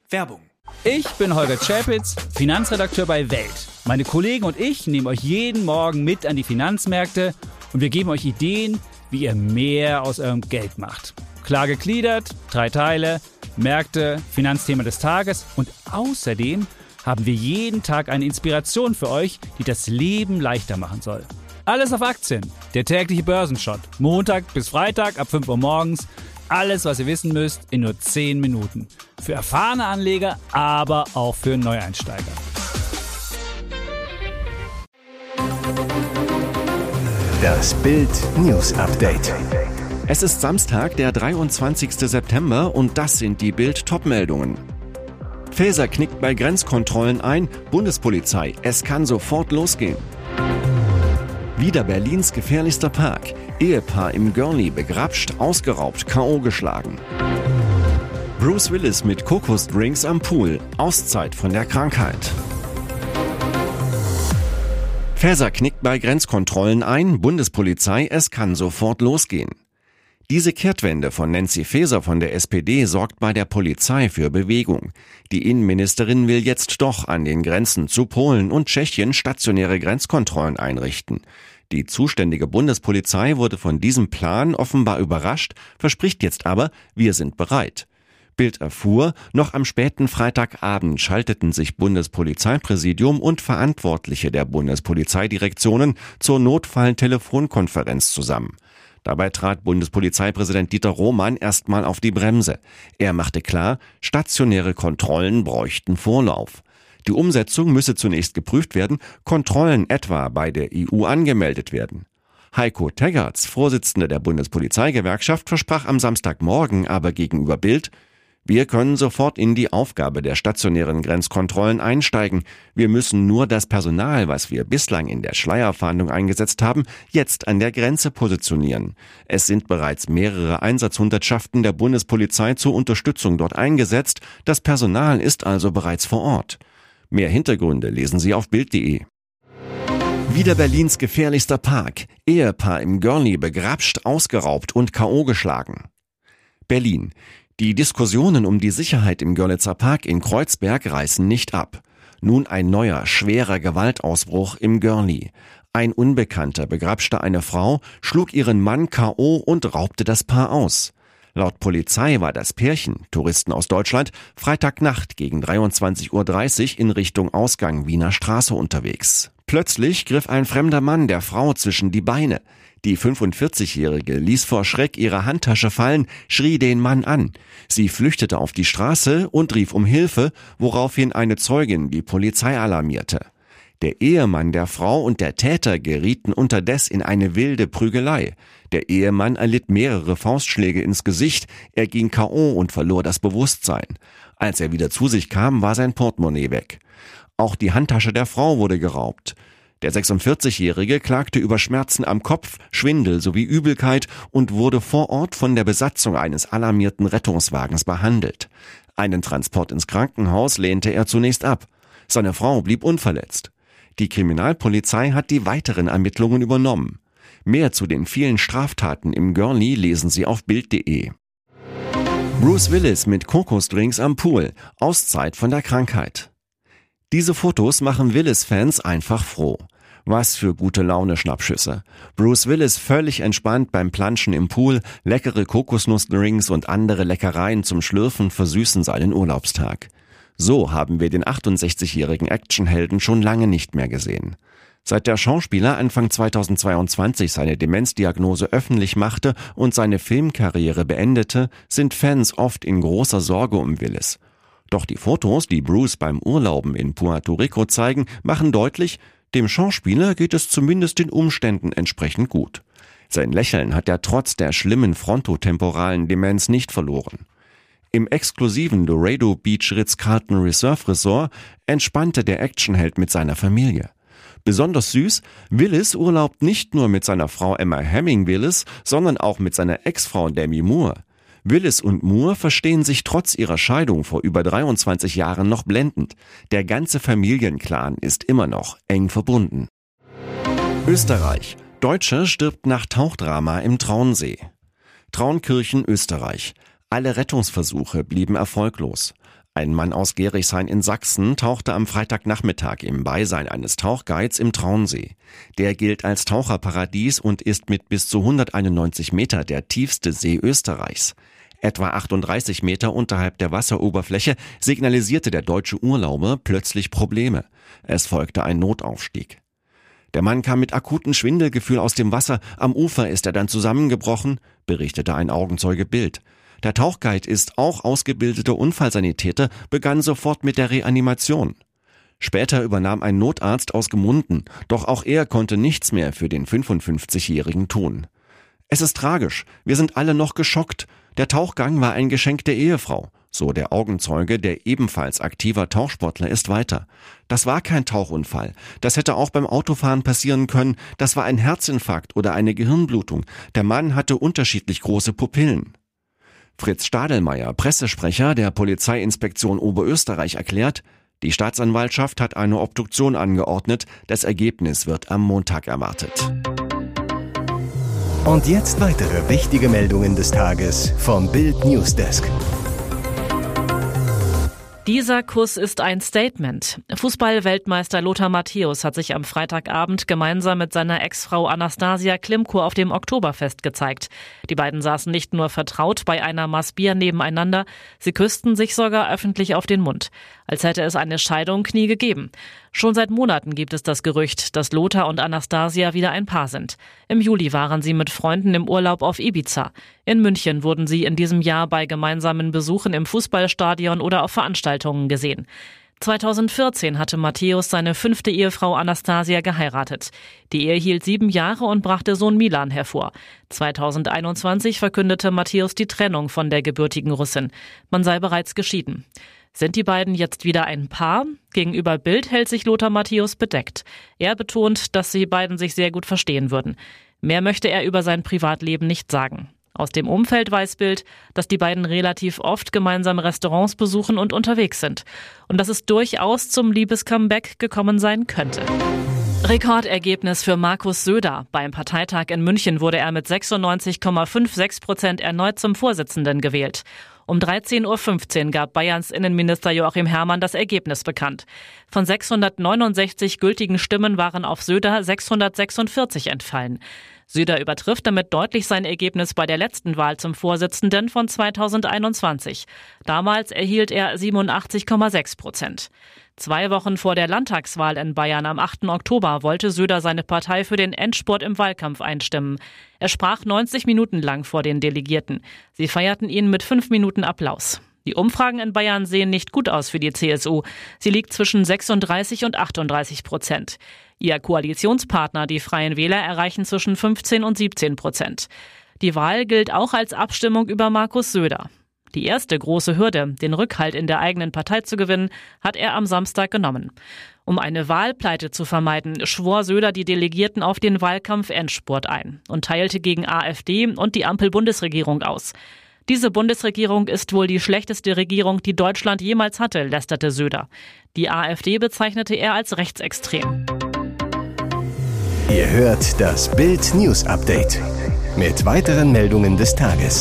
Werbung. Ich bin Holger Czapitz, Finanzredakteur bei Welt. Meine Kollegen und ich nehmen euch jeden Morgen mit an die Finanzmärkte und wir geben euch Ideen, wie ihr mehr aus eurem Geld macht. Klar gegliedert, 3 Teile, Märkte, Finanzthema des Tages und außerdem haben wir jeden Tag eine Inspiration für euch, die das Leben leichter machen soll. Alles auf Aktien, der tägliche Börsenshot, Montag bis Freitag ab 5 Uhr morgens. Alles, was ihr wissen müsst, in nur 10 Minuten. Für erfahrene Anleger, aber auch für Neueinsteiger. Das Bild News Update. Es ist Samstag, der 23. September und das sind die Bild-Top-Meldungen. Faeser knickt bei Grenzkontrollen ein, Bundespolizei, es kann sofort losgehen. Wieder Berlins gefährlichster Park. Ehepaar im Görli begrapscht, ausgeraubt, K.O. geschlagen. Bruce Willis mit Kokosdrinks am Pool. Auszeit von der Krankheit. Faeser knickt bei Grenzkontrollen ein. Bundespolizei, es kann sofort losgehen. Diese Kehrtwende von Nancy Faeser von der SPD sorgt bei der Polizei für Bewegung. Die Innenministerin will jetzt doch an den Grenzen zu Polen und Tschechien stationäre Grenzkontrollen einrichten. Die zuständige Bundespolizei wurde von diesem Plan offenbar überrascht, verspricht jetzt aber, wir sind bereit. Bild erfuhr, noch am späten Freitagabend schalteten sich Bundespolizeipräsidium und Verantwortliche der Bundespolizeidirektionen zur Notfall-Telefonkonferenz zusammen. Dabei trat Bundespolizeipräsident Dieter Roman erstmal auf die Bremse. Er machte klar, stationäre Kontrollen bräuchten Vorlauf. Die Umsetzung müsse zunächst geprüft werden, Kontrollen etwa bei der EU angemeldet werden. Heiko Teggerts, Vorsitzender der Bundespolizeigewerkschaft, versprach am Samstagmorgen aber gegenüber Bild: Wir können sofort in die Aufgabe der stationären Grenzkontrollen einsteigen. Wir müssen nur das Personal, was wir bislang in der Schleierfahndung eingesetzt haben, jetzt an der Grenze positionieren. Es sind bereits mehrere Einsatzhundertschaften der Bundespolizei zur Unterstützung dort eingesetzt. Das Personal ist also bereits vor Ort. Mehr Hintergründe lesen Sie auf Bild.de. Wieder Berlins gefährlichster Park. Ehepaar im Görli begrapscht, ausgeraubt und K.O. geschlagen. Berlin. Die Diskussionen um die Sicherheit im Görlitzer Park in Kreuzberg reißen nicht ab. Nun ein neuer, schwerer Gewaltausbruch im Görli. Ein Unbekannter begrapschte eine Frau, schlug ihren Mann K.O. und raubte das Paar aus. Laut Polizei war das Pärchen, Touristen aus Deutschland, Freitagnacht gegen 23:30 Uhr in Richtung Ausgang Wiener Straße unterwegs. Plötzlich griff ein fremder Mann der Frau zwischen die Beine. Die 45-Jährige ließ vor Schreck ihre Handtasche fallen, schrie den Mann an. Sie flüchtete auf die Straße und rief um Hilfe, woraufhin eine Zeugin die Polizei alarmierte. Der Ehemann der Frau und der Täter gerieten unterdessen in eine wilde Prügelei. Der Ehemann erlitt mehrere Faustschläge ins Gesicht, er ging K.O. und verlor das Bewusstsein. Als er wieder zu sich kam, war sein Portemonnaie weg. Auch die Handtasche der Frau wurde geraubt. Der 46-Jährige klagte über Schmerzen am Kopf, Schwindel sowie Übelkeit und wurde vor Ort von der Besatzung eines alarmierten Rettungswagens behandelt. Einen Transport ins Krankenhaus lehnte er zunächst ab. Seine Frau blieb unverletzt. Die Kriminalpolizei hat die weiteren Ermittlungen übernommen. Mehr zu den vielen Straftaten im Görli lesen Sie auf Bild.de. Bruce Willis mit Kokosdrinks am Pool. Auszeit von der Krankheit. Diese Fotos machen Willis-Fans einfach froh. Was für gute Laune-Schnappschüsse. Bruce Willis völlig entspannt beim Planschen im Pool, leckere Kokosnussdrinks und andere Leckereien zum Schlürfen versüßen seinen Urlaubstag. So haben wir den 68-jährigen Actionhelden schon lange nicht mehr gesehen. Seit der Schauspieler Anfang 2022 seine Demenzdiagnose öffentlich machte und seine Filmkarriere beendete, sind Fans oft in großer Sorge um Willis. Doch die Fotos, die Bruce beim Urlauben in Puerto Rico zeigen, machen deutlich, dem Schauspieler geht es zumindest den Umständen entsprechend gut. Sein Lächeln hat er trotz der schlimmen frontotemporalen Demenz nicht verloren. Im exklusiven Dorado Beach Ritz-Carlton Reserve Resort entspannte der Actionheld mit seiner Familie. Besonders süß, Willis urlaubt nicht nur mit seiner Frau Emma Hemming Willis, sondern auch mit seiner Ex-Frau Demi Moore. Willis und Moore verstehen sich trotz ihrer Scheidung vor über 23 Jahren noch blendend. Der ganze Familienclan ist immer noch eng verbunden. Österreich. Deutscher stirbt nach Tauchdrama im Traunsee. Traunkirchen, Österreich. Alle Rettungsversuche blieben erfolglos. Ein Mann aus Gerichshain in Sachsen tauchte am Freitagnachmittag im Beisein eines Tauchguides im Traunsee. Der gilt als Taucherparadies und ist mit bis zu 191 Meter der tiefste See Österreichs. Etwa 38 Meter unterhalb der Wasseroberfläche signalisierte der deutsche Urlauber plötzlich Probleme. Es folgte ein Notaufstieg. Der Mann kam mit akutem Schwindelgefühl aus dem Wasser. Am Ufer ist er dann zusammengebrochen, berichtete ein Augenzeuge Bild. Der Tauchguide ist auch ausgebildeter Unfallsanitäter, begann sofort mit der Reanimation. Später übernahm ein Notarzt aus Gmunden, doch auch er konnte nichts mehr für den 55-Jährigen tun. Es ist tragisch, wir sind alle noch geschockt. Der Tauchgang war ein Geschenk der Ehefrau, so der Augenzeuge, der ebenfalls aktiver Tauchsportler ist, weiter. Das war kein Tauchunfall, das hätte auch beim Autofahren passieren können, das war ein Herzinfarkt oder eine Gehirnblutung. Der Mann hatte unterschiedlich große Pupillen. Fritz Stadelmeier, Pressesprecher der Polizeiinspektion Oberösterreich, erklärt, die Staatsanwaltschaft hat eine Obduktion angeordnet, das Ergebnis wird am Montag erwartet. Und jetzt weitere wichtige Meldungen des Tages vom Bild Newsdesk. Dieser Kuss ist ein Statement. Fußball-Weltmeister Lothar Matthäus hat sich am Freitagabend gemeinsam mit seiner Ex-Frau Anastasia Klimko auf dem Oktoberfest gezeigt. Die beiden saßen nicht nur vertraut bei einer Maß Bier nebeneinander, sie küssten sich sogar öffentlich auf den Mund. Als hätte es eine Scheidung nie gegeben. Schon seit Monaten gibt es das Gerücht, dass Lothar und Anastasia wieder ein Paar sind. Im Juli waren sie mit Freunden im Urlaub auf Ibiza. In München wurden sie in diesem Jahr bei gemeinsamen Besuchen im Fußballstadion oder auf Veranstaltungen gesehen. 2014 hatte Matthäus seine 5. Ehefrau Anastasia geheiratet. Die Ehe hielt 7 Jahre und brachte Sohn Milan hervor. 2021 verkündete Matthäus die Trennung von der gebürtigen Russin. Man sei bereits geschieden. Sind die beiden jetzt wieder ein Paar? Gegenüber Bild hält sich Lothar Matthäus bedeckt. Er betont, dass die beiden sich sehr gut verstehen würden. Mehr möchte er über sein Privatleben nicht sagen. Aus dem Umfeld weiß Bild, dass die beiden relativ oft gemeinsam Restaurants besuchen und unterwegs sind. Und dass es durchaus zum Liebescomeback gekommen sein könnte. Rekordergebnis für Markus Söder. Beim Parteitag in München wurde er mit 96,56% erneut zum Vorsitzenden gewählt. Um 13.15 Uhr gab Bayerns Innenminister Joachim Herrmann das Ergebnis bekannt. Von 669 gültigen Stimmen waren auf Söder 646 entfallen. Söder übertrifft damit deutlich sein Ergebnis bei der letzten Wahl zum Vorsitzenden von 2021. Damals erhielt er 87,6%. 2 Wochen vor der Landtagswahl in Bayern am 8. Oktober wollte Söder seine Partei für den Endspurt im Wahlkampf einstimmen. Er sprach 90 Minuten lang vor den Delegierten. Sie feierten ihn mit 5 Minuten Applaus. Die Umfragen in Bayern sehen nicht gut aus für die CSU. Sie liegt zwischen 36 und 38%. Ihr Koalitionspartner, die Freien Wähler, erreichen zwischen 15 und 17%. Die Wahl gilt auch als Abstimmung über Markus Söder. Die erste große Hürde, den Rückhalt in der eigenen Partei zu gewinnen, hat er am Samstag genommen. Um eine Wahlpleite zu vermeiden, schwor Söder die Delegierten auf den Wahlkampf-Endspurt ein und teilte gegen AfD und die Ampel-Bundesregierung aus. Diese Bundesregierung ist wohl die schlechteste Regierung, die Deutschland jemals hatte, lästerte Söder. Die AfD bezeichnete er als rechtsextrem. Ihr hört das Bild News Update mit weiteren Meldungen des Tages.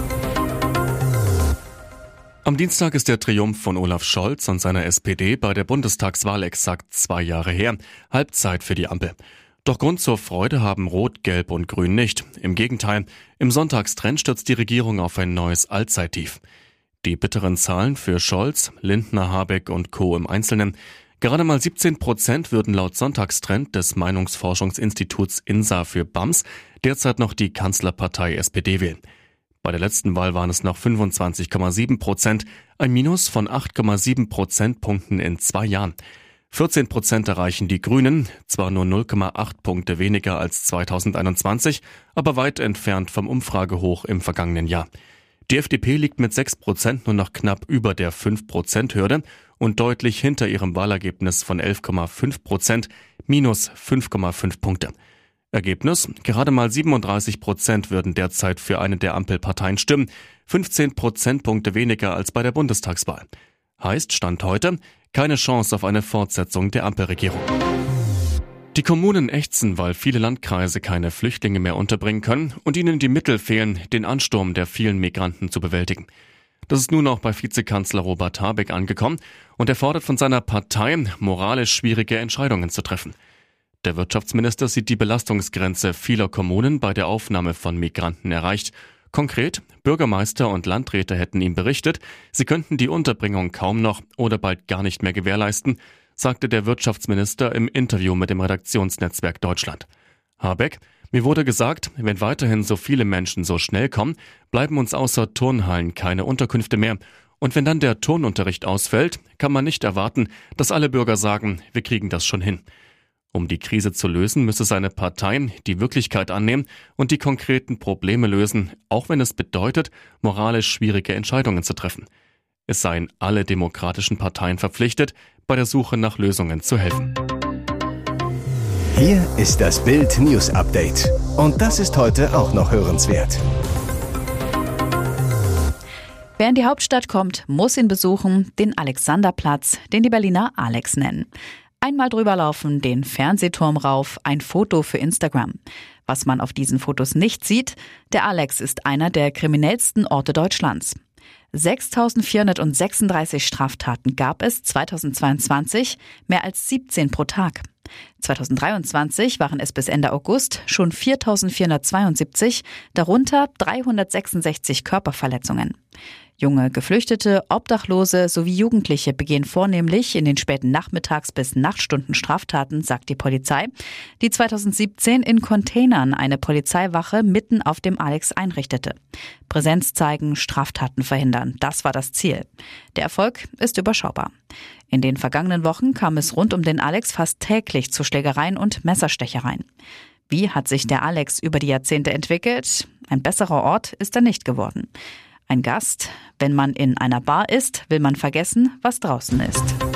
Am Dienstag ist der Triumph von Olaf Scholz und seiner SPD bei der Bundestagswahl exakt 2 Jahre her. Halbzeit für die Ampel. Doch Grund zur Freude haben Rot, Gelb und Grün nicht. Im Gegenteil, im Sonntagstrend stürzt die Regierung auf ein neues Allzeittief. Die bitteren Zahlen für Scholz, Lindner, Habeck und Co. im Einzelnen. Gerade mal 17% würden laut Sonntagstrend des Meinungsforschungsinstituts INSA für BAMS derzeit noch die Kanzlerpartei SPD wählen. Bei der letzten Wahl waren es noch 25,7%, ein Minus von 8,7 Prozentpunkten in 2 Jahren. 14% erreichen die Grünen, zwar nur 0,8 Punkte weniger als 2021, aber weit entfernt vom Umfragehoch im vergangenen Jahr. Die FDP liegt mit 6% nur noch knapp über der 5%-Hürde und deutlich hinter ihrem Wahlergebnis von 11,5%, minus 5,5 Punkte. Ergebnis: gerade mal 37% würden derzeit für eine der Ampelparteien stimmen, 15 Prozentpunkte weniger als bei der Bundestagswahl. Heißt, Stand heute, keine Chance auf eine Fortsetzung der Ampelregierung. Die Kommunen ächzen, weil viele Landkreise keine Flüchtlinge mehr unterbringen können und ihnen die Mittel fehlen, den Ansturm der vielen Migranten zu bewältigen. Das ist nun auch bei Vizekanzler Robert Habeck angekommen und er fordert von seiner Partei, moralisch schwierige Entscheidungen zu treffen. Der Wirtschaftsminister sieht die Belastungsgrenze vieler Kommunen bei der Aufnahme von Migranten erreicht. Konkret, Bürgermeister und Landräte hätten ihm berichtet, sie könnten die Unterbringung kaum noch oder bald gar nicht mehr gewährleisten, sagte der Wirtschaftsminister im Interview mit dem Redaktionsnetzwerk Deutschland. Habeck: Mir wurde gesagt, wenn weiterhin so viele Menschen so schnell kommen, bleiben uns außer Turnhallen keine Unterkünfte mehr. Und wenn dann der Turnunterricht ausfällt, kann man nicht erwarten, dass alle Bürger sagen, wir kriegen das schon hin. Um die Krise zu lösen, müsse seine Partei die Wirklichkeit annehmen und die konkreten Probleme lösen, auch wenn es bedeutet, moralisch schwierige Entscheidungen zu treffen. Es seien alle demokratischen Parteien verpflichtet, bei der Suche nach Lösungen zu helfen. Hier ist das Bild News Update. Und das ist heute auch noch hörenswert. Wer in die Hauptstadt kommt, muss ihn besuchen, den Alexanderplatz, den die Berliner Alex nennen. Einmal drüber laufen, den Fernsehturm rauf, ein Foto für Instagram. Was man auf diesen Fotos nicht sieht, der Alex ist einer der kriminellsten Orte Deutschlands. 6.436 Straftaten gab es 2022, mehr als 17 pro Tag. 2023 waren es bis Ende August schon 4.472, darunter 366 Körperverletzungen. Junge Geflüchtete, Obdachlose sowie Jugendliche begehen vornehmlich in den späten Nachmittags- bis Nachtstunden Straftaten, sagt die Polizei, die 2017 in Containern eine Polizeiwache mitten auf dem Alex einrichtete. Präsenz zeigen, Straftaten verhindern, das war das Ziel. Der Erfolg ist überschaubar. In den vergangenen Wochen kam es rund um den Alex fast täglich zu Schlägereien und Messerstechereien. Wie hat sich der Alex über die Jahrzehnte entwickelt? Ein besserer Ort ist er nicht geworden. Ein Gast: Wenn man in einer Bar ist, will man vergessen, was draußen ist.